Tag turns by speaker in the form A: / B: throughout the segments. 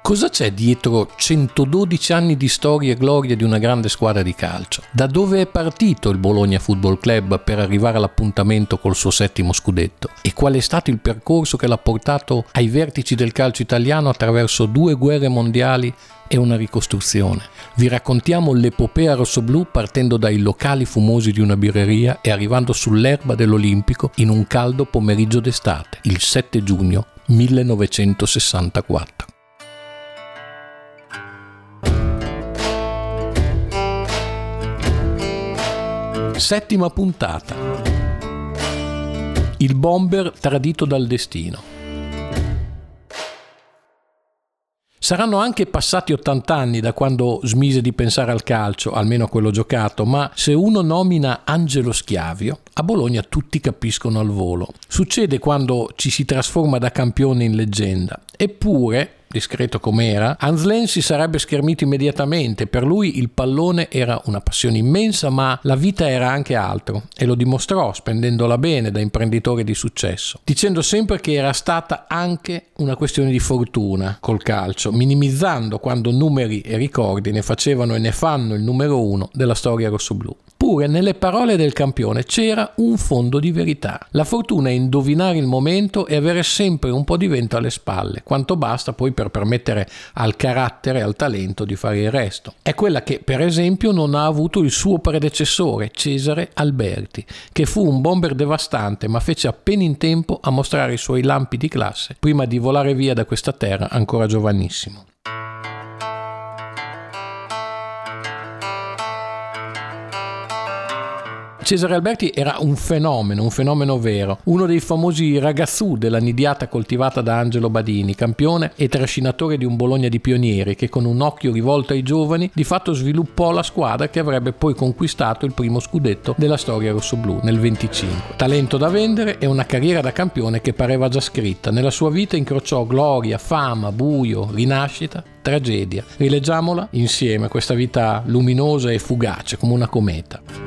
A: Cosa c'è dietro 112 anni di storia e gloria di una grande squadra di calcio? Da dove è partito il Bologna Football Club per arrivare all'appuntamento col suo 7° scudetto? E qual è stato il percorso che l'ha portato ai vertici del calcio italiano attraverso 2 guerre mondiali e una ricostruzione? Vi raccontiamo l'epopea rossoblù partendo dai locali fumosi di una birreria e arrivando sull'erba dell'Olimpico in un caldo pomeriggio d'estate, il 7 giugno 1964. Settima puntata. Il bomber tradito dal destino. Saranno anche passati 80 anni da quando smise di pensare al calcio, almeno a quello giocato, ma se uno nomina Angelo Schiavio, a Bologna tutti capiscono al volo. Succede quando ci si trasforma da campione in leggenda. Eppure, discreto com'era, Anslen si sarebbe schermito immediatamente. Per lui il pallone era una passione immensa, ma la vita era anche altro, e lo dimostrò spendendola bene da imprenditore di successo, dicendo sempre che era stata anche una questione di fortuna col calcio, minimizzando quando numeri e ricordi ne facevano e ne fanno il numero 1 della storia rossoblù. Pure nelle parole del campione c'era un fondo di verità. La fortuna è indovinare il momento e avere sempre un po' di vento alle spalle, quanto basta poi per permettere al carattere e al talento di fare il resto. È quella che, per esempio, non ha avuto il suo predecessore, Cesare Alberti, che fu un bomber devastante, ma fece appena in tempo a mostrare i suoi lampi di classe prima di volare via da questa terra ancora giovanissimo. Cesare Alberti era un fenomeno vero, uno dei famosi ragazzù della nidiata coltivata da Angelo Badini, campione e trascinatore di un Bologna di pionieri che con un occhio rivolto ai giovani di fatto sviluppò la squadra che avrebbe poi conquistato il primo scudetto della storia rossoblù nel 25. Talento da vendere e una carriera da campione che pareva già scritta. Nella sua vita incrociò gloria, fama, buio, rinascita, tragedia. Rileggiamola insieme questa vita luminosa e fugace come una cometa.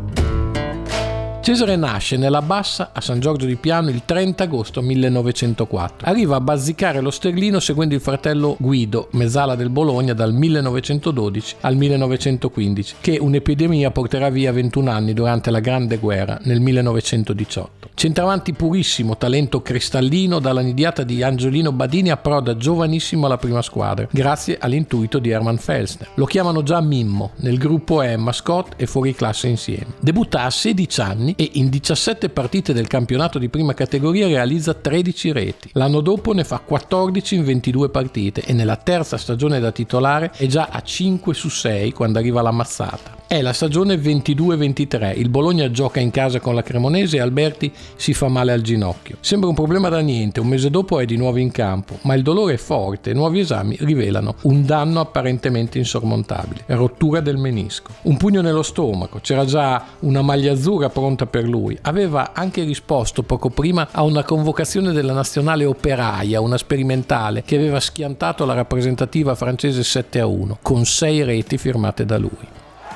A: Cesare nasce nella Bassa a San Giorgio di Piano il 30 agosto 1904. Arriva a bazzicare lo sterlino seguendo il fratello Guido, mezzala del Bologna dal 1912 al 1915, che un'epidemia porterà via 21 anni durante la Grande Guerra nel 1918. Centravanti purissimo, talento cristallino, dalla nidiata di Angiolino Badini approda giovanissimo alla prima squadra, grazie all'intuito di Hermann Felsner. Lo chiamano già Mimmo, nel gruppo è mascotte e fuori classe insieme. Debutta a 16 anni e in 17 partite del campionato di prima categoria realizza 13 reti. L'anno dopo ne fa 14 in 22 partite e nella terza stagione da titolare è già a 5 su 6 quando arriva la mazzata. È la stagione 22-23, il Bologna gioca in casa con la Cremonese e Alberti si fa male al ginocchio. Sembra un problema da niente, un mese dopo è di nuovo in campo, ma il dolore è forte e nuovi esami rivelano un danno apparentemente insormontabile, rottura del menisco. Un pugno nello stomaco, c'era già una maglia azzurra pronta per lui. Aveva anche risposto poco prima a una convocazione della nazionale operaia, una sperimentale, che aveva schiantato la rappresentativa francese 7-1, con 6 reti firmate da lui.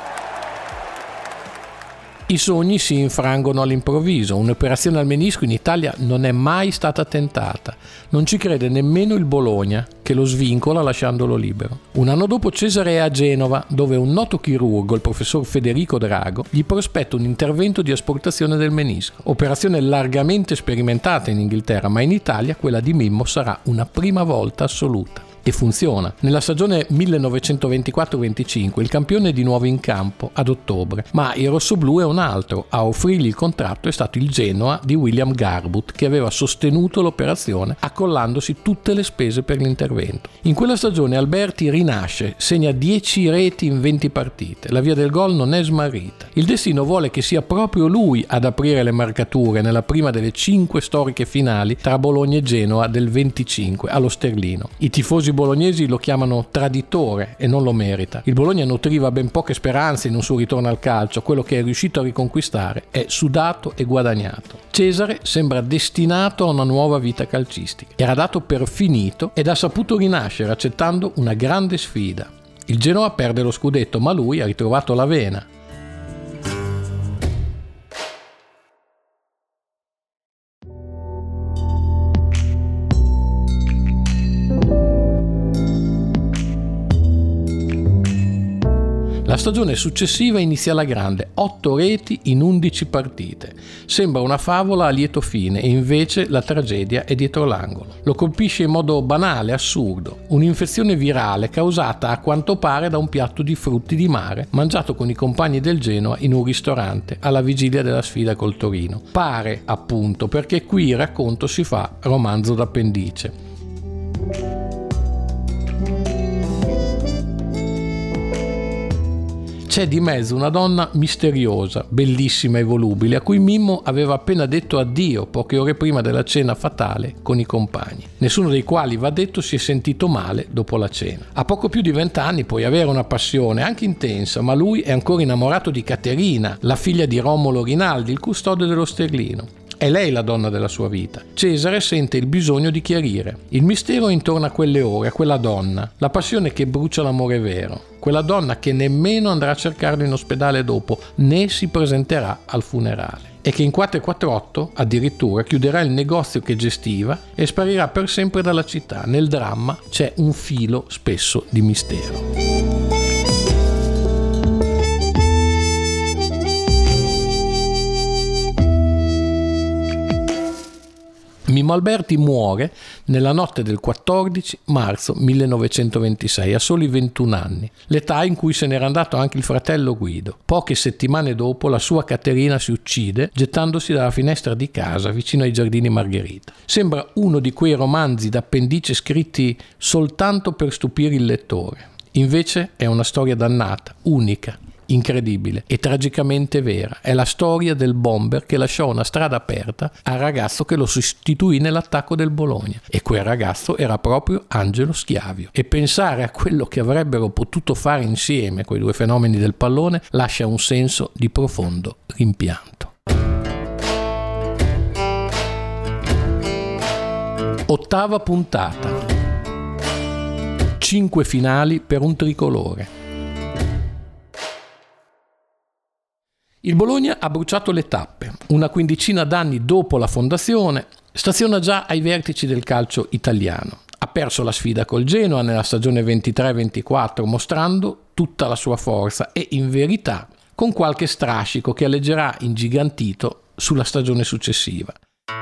A: I sogni si infrangono all'improvviso. Un'operazione al menisco in Italia non è mai stata tentata. Non ci crede nemmeno il Bologna, che lo svincola lasciandolo libero. Un anno dopo Cesare è a Genova, dove un noto chirurgo, il professor Federico Drago, gli prospetta un intervento di asportazione del menisco. Operazione largamente sperimentata in Inghilterra, ma in Italia quella di Mimmo sarà una prima volta assoluta. E funziona. Nella stagione 1924-25 il campione è di nuovo in campo ad ottobre, ma il rossoblù è un altro. A offrirgli il contratto è stato il Genoa di William Garbutt, che aveva sostenuto l'operazione accollandosi tutte le spese per l'intervento. In quella stagione Alberti rinasce, segna 10 reti in 20 partite. La via del gol non è smarrita. Il destino vuole che sia proprio lui ad aprire le marcature nella prima delle 5 storiche finali tra Bologna e Genoa del 25 allo Sterlino. I tifosi bolognesi lo chiamano traditore e non lo merita. Il Bologna nutriva ben poche speranze in un suo ritorno al calcio. Quello che è riuscito a riconquistare è sudato e guadagnato. Cesare sembra destinato a una nuova vita calcistica. Era dato per finito ed ha saputo rinascere accettando una grande sfida. Il Genoa perde lo scudetto, ma lui ha ritrovato la vena. La stagione successiva inizia alla grande, 8 reti in 11 partite. Sembra una favola a lieto fine e invece la tragedia è dietro l'angolo. Lo colpisce in modo banale, assurdo, un'infezione virale causata a quanto pare da un piatto di frutti di mare mangiato con i compagni del Genoa in un ristorante alla vigilia della sfida col Torino. Pare, appunto, perché qui il racconto si fa romanzo d'appendice. C'è di mezzo una donna misteriosa, bellissima e volubile, a cui Mimmo aveva appena detto addio poche ore prima della cena fatale con i compagni, nessuno dei quali, va detto, si è sentito male dopo la cena. A poco più di 20 anni puoi avere una passione, anche intensa, ma lui è ancora innamorato di Caterina, la figlia di Romolo Rinaldi, il custode dello Sterlino. È lei la donna della sua vita. Cesare sente il bisogno di chiarire. Il mistero è intorno a quelle ore, a quella donna, la passione che brucia l'amore vero, quella donna che nemmeno andrà a cercarlo in ospedale dopo, né si presenterà al funerale, e che in 448 addirittura chiuderà il negozio che gestiva e sparirà per sempre dalla città. Nel dramma c'è un filo spesso di mistero. Mimmo Alberti muore nella notte del 14 marzo 1926, a soli 21 anni, l'età in cui se n'era andato anche il fratello Guido. Poche settimane dopo la sua Caterina si uccide gettandosi dalla finestra di casa vicino ai Giardini Margherita. Sembra uno di quei romanzi d'appendice scritti soltanto per stupire il lettore. Invece è una storia dannata, unica, incredibile e tragicamente vera. È la storia del bomber che lasciò una strada aperta al ragazzo che lo sostituì nell'attacco del Bologna, e quel ragazzo era proprio Angelo Schiavio. E pensare a quello che avrebbero potuto fare insieme quei due fenomeni del pallone lascia un senso di profondo rimpianto. Ottava puntata. 5 finali per un tricolore. Il Bologna ha bruciato le tappe. Una quindicina d'anni dopo la fondazione, staziona già ai vertici del calcio italiano. Ha perso la sfida col Genoa nella stagione 23-24, mostrando tutta la sua forza e, in verità, con qualche strascico che alleggerà ingigantito sulla stagione successiva.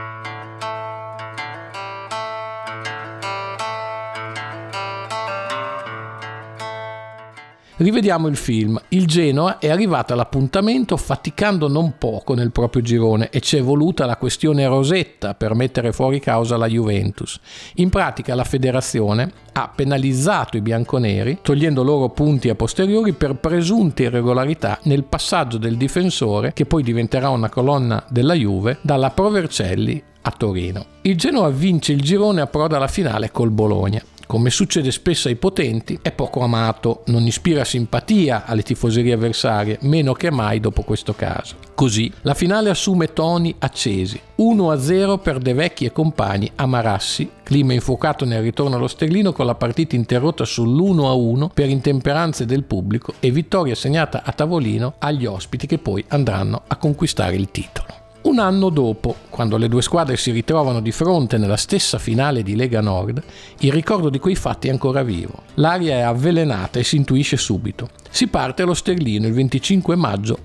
A: Rivediamo il film. Il Genoa è arrivata all'appuntamento faticando non poco nel proprio girone e ci è voluta la questione Rosetta per mettere fuori causa la Juventus. In pratica la federazione ha penalizzato i bianconeri togliendo loro punti a posteriori per presunte irregolarità nel passaggio del difensore, che poi diventerà una colonna della Juve, dalla Pro Vercelli a Torino. Il Genoa vince il girone e approda alla finale col Bologna. Come succede spesso ai potenti, è poco amato, non ispira simpatia alle tifoserie avversarie, meno che mai dopo questo caso. Così, la finale assume toni accesi. 1-0 per De Vecchi e compagni a Marassi, clima infuocato nel ritorno allo Sterlino con la partita interrotta sull'1-1 per intemperanze del pubblico e vittoria segnata a tavolino agli ospiti che poi andranno a conquistare il titolo. Un anno dopo, quando le due squadre si ritrovano di fronte nella stessa finale di Lega Nord, il ricordo di quei fatti è ancora vivo. L'aria è avvelenata e si intuisce subito. Si parte allo Sterlino il 25 maggio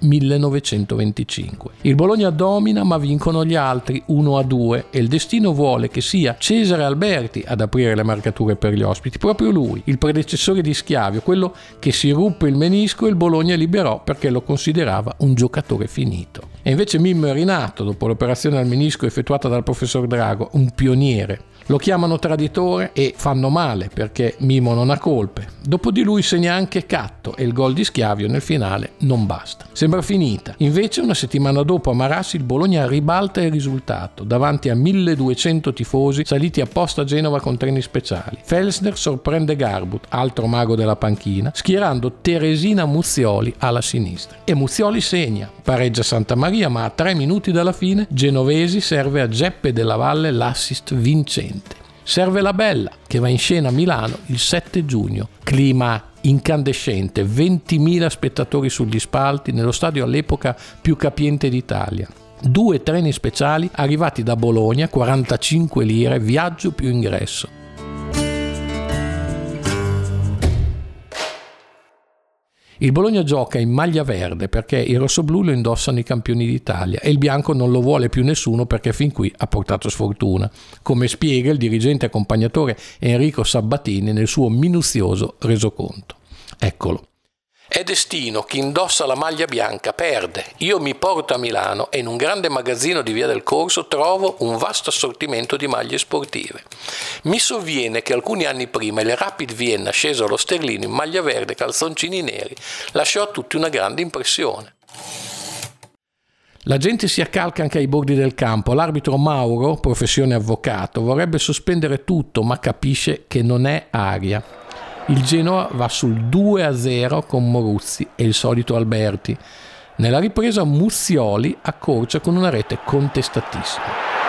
A: 1925. Il Bologna domina, ma vincono gli altri 1-2 e il destino vuole che sia Cesare Alberti ad aprire le marcature per gli ospiti. Proprio lui, il predecessore di Schiavio, quello che si ruppe il menisco e il Bologna liberò perché lo considerava un giocatore finito. E invece Mimmo è rinato dopo l'operazione al menisco effettuata dal professor Drago, un pioniere. Lo chiamano traditore e fanno male perché Mimmo non ha colpe. Dopo di lui segna anche Catto e il gol di Schiavio nel finale non basta. Sembra finita. Invece una settimana dopo a Marassi il Bologna ribalta il risultato davanti a 1200 tifosi saliti apposta a Genova con treni speciali. Felsner sorprende Garbut, altro mago della panchina, schierando Teresina Muzioli alla sinistra. E Muzioli segna. Pareggia Santa Maria, ma a 3 minuti dalla fine Genovesi serve a Geppe della Valle l'assist vincente. Serve la Bella, che va in scena a Milano il 7 giugno. Clima incandescente, 20.000 spettatori sugli spalti nello stadio all'epoca più capiente d'Italia. 2 treni speciali arrivati da Bologna, 45 lire, viaggio più ingresso. Il Bologna gioca in maglia verde perché il rossoblù lo indossano i campioni d'Italia e il bianco non lo vuole più nessuno perché fin qui ha portato sfortuna, come spiega il dirigente accompagnatore Enrico Sabbatini nel suo minuzioso resoconto. Eccolo. È destino, chi indossa la maglia bianca perde. Io mi porto a Milano e in un grande magazzino di Via del Corso trovo un vasto assortimento di maglie sportive. Mi sovviene che alcuni anni prima il Rapid Vienna, sceso allo sterlino in maglia verde e calzoncini neri, lasciò a tutti una grande impressione. La gente si accalca anche ai bordi del campo. L'arbitro Mauro, professione avvocato, vorrebbe sospendere tutto, ma capisce che non è aria. Il Genoa va sul 2-0 con Moruzzi e il solito Alberti. Nella ripresa Muzioli accorcia con una rete contestatissima.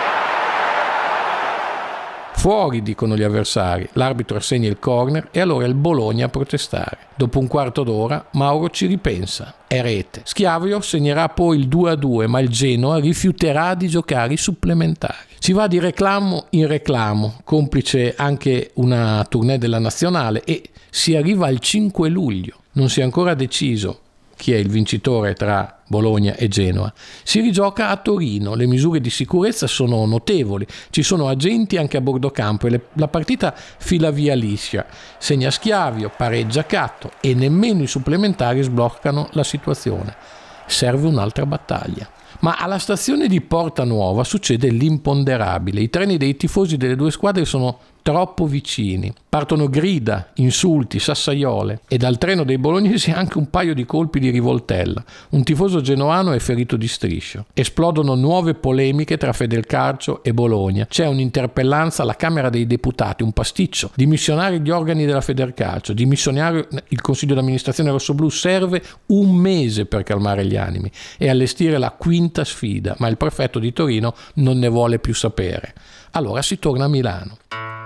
A: Fuori, dicono gli avversari. L'arbitro assegna il corner e allora il Bologna a protestare. Dopo un quarto d'ora Mauro ci ripensa. È rete. Schiavio segnerà poi il 2-2, ma il Genoa rifiuterà di giocare i supplementari. Si va di reclamo in reclamo, complice anche una tournée della nazionale, e si arriva al 5 luglio. Non si è ancora deciso chi è il vincitore tra Bologna e Genoa. Si rigioca a Torino, le misure di sicurezza sono notevoli, ci sono agenti anche a bordo campo e la partita fila via liscia. Segna Schiavio, pareggia Catto e nemmeno i supplementari sbloccano la situazione. Serve un'altra battaglia. Ma alla stazione di Porta Nuova succede l'imponderabile. I treni dei tifosi delle due squadre sono troppo vicini. Partono grida, insulti, sassaiole e dal treno dei bolognesi anche un paio di colpi di rivoltella. Un tifoso genoano è ferito di striscio. Esplodono nuove polemiche tra Federcalcio e Bologna. C'è un'interpellanza alla Camera dei Deputati, un pasticcio. Dimissionari gli organi della Federcalcio, dimissionario il Consiglio d'amministrazione rossoblù. Serve un mese per calmare gli animi e allestire la quinta sfida, ma il prefetto di Torino non ne vuole più sapere. Allora si torna a Milano.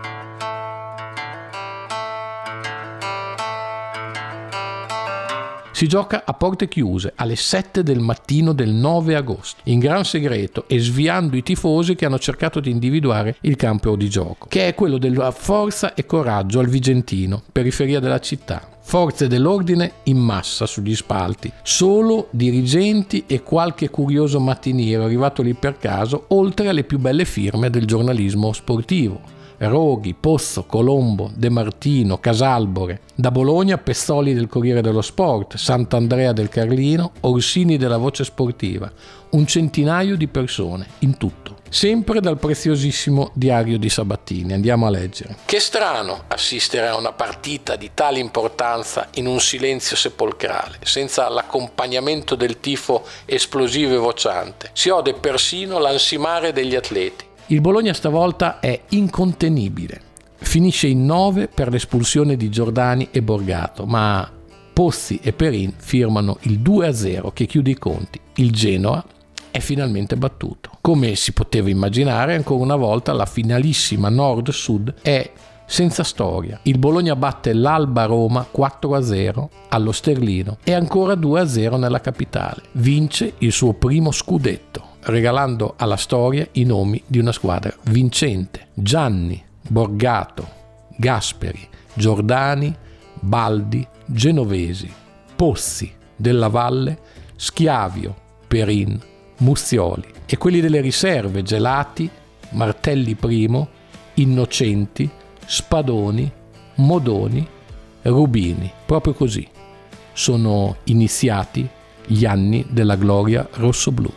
A: Si gioca a porte chiuse alle 7 del mattino del 9 agosto, in gran segreto e sviando i tifosi che hanno cercato di individuare il campo di gioco, che è quello della Forza e Coraggio al Vigentino, periferia della città. Forze dell'ordine in massa sugli spalti, solo dirigenti e qualche curioso mattiniero arrivato lì per caso, oltre alle più belle firme del giornalismo sportivo. Roghi, Pozzo, Colombo, De Martino, Casalbore. Da Bologna Pezzoli del Corriere dello Sport, Sant'Andrea del Carlino, Orsini della Voce Sportiva. Un centinaio di persone, in tutto. Sempre dal preziosissimo diario di Sabatini. Andiamo a leggere. Che strano assistere a una partita di tale importanza in un silenzio sepolcrale, senza l'accompagnamento del tifo esplosivo e vociante. Si ode persino l'ansimare degli atleti. Il Bologna stavolta è incontenibile. Finisce in 9 per l'espulsione di Giordani e Borgato, ma Pozzi e Perin firmano il 2-0 che chiude i conti. Il Genoa è finalmente battuto. Come si poteva immaginare, ancora una volta la finalissima Nord-Sud è senza storia. Il Bologna batte l'Alba Roma 4-0 allo Sterlino e ancora 2-0 nella capitale. Vince il suo primo scudetto, regalando alla storia i nomi di una squadra vincente: Gianni, Borgato, Gasperi, Giordani, Baldi, Genovesi, Pozzi, Della Valle, Schiavio, Perin, Muzioli, e quelli delle riserve: Gelati, Martelli I, Innocenti, Spadoni, Modoni, Rubini. Proprio così sono iniziati gli anni della gloria rossoblù.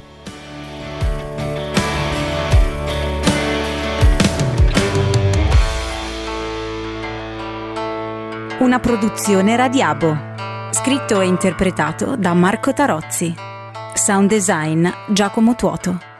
B: Una produzione Radiabo. Scritto e interpretato da Marco Tarozzi. Sound design Giacomo Tuoto.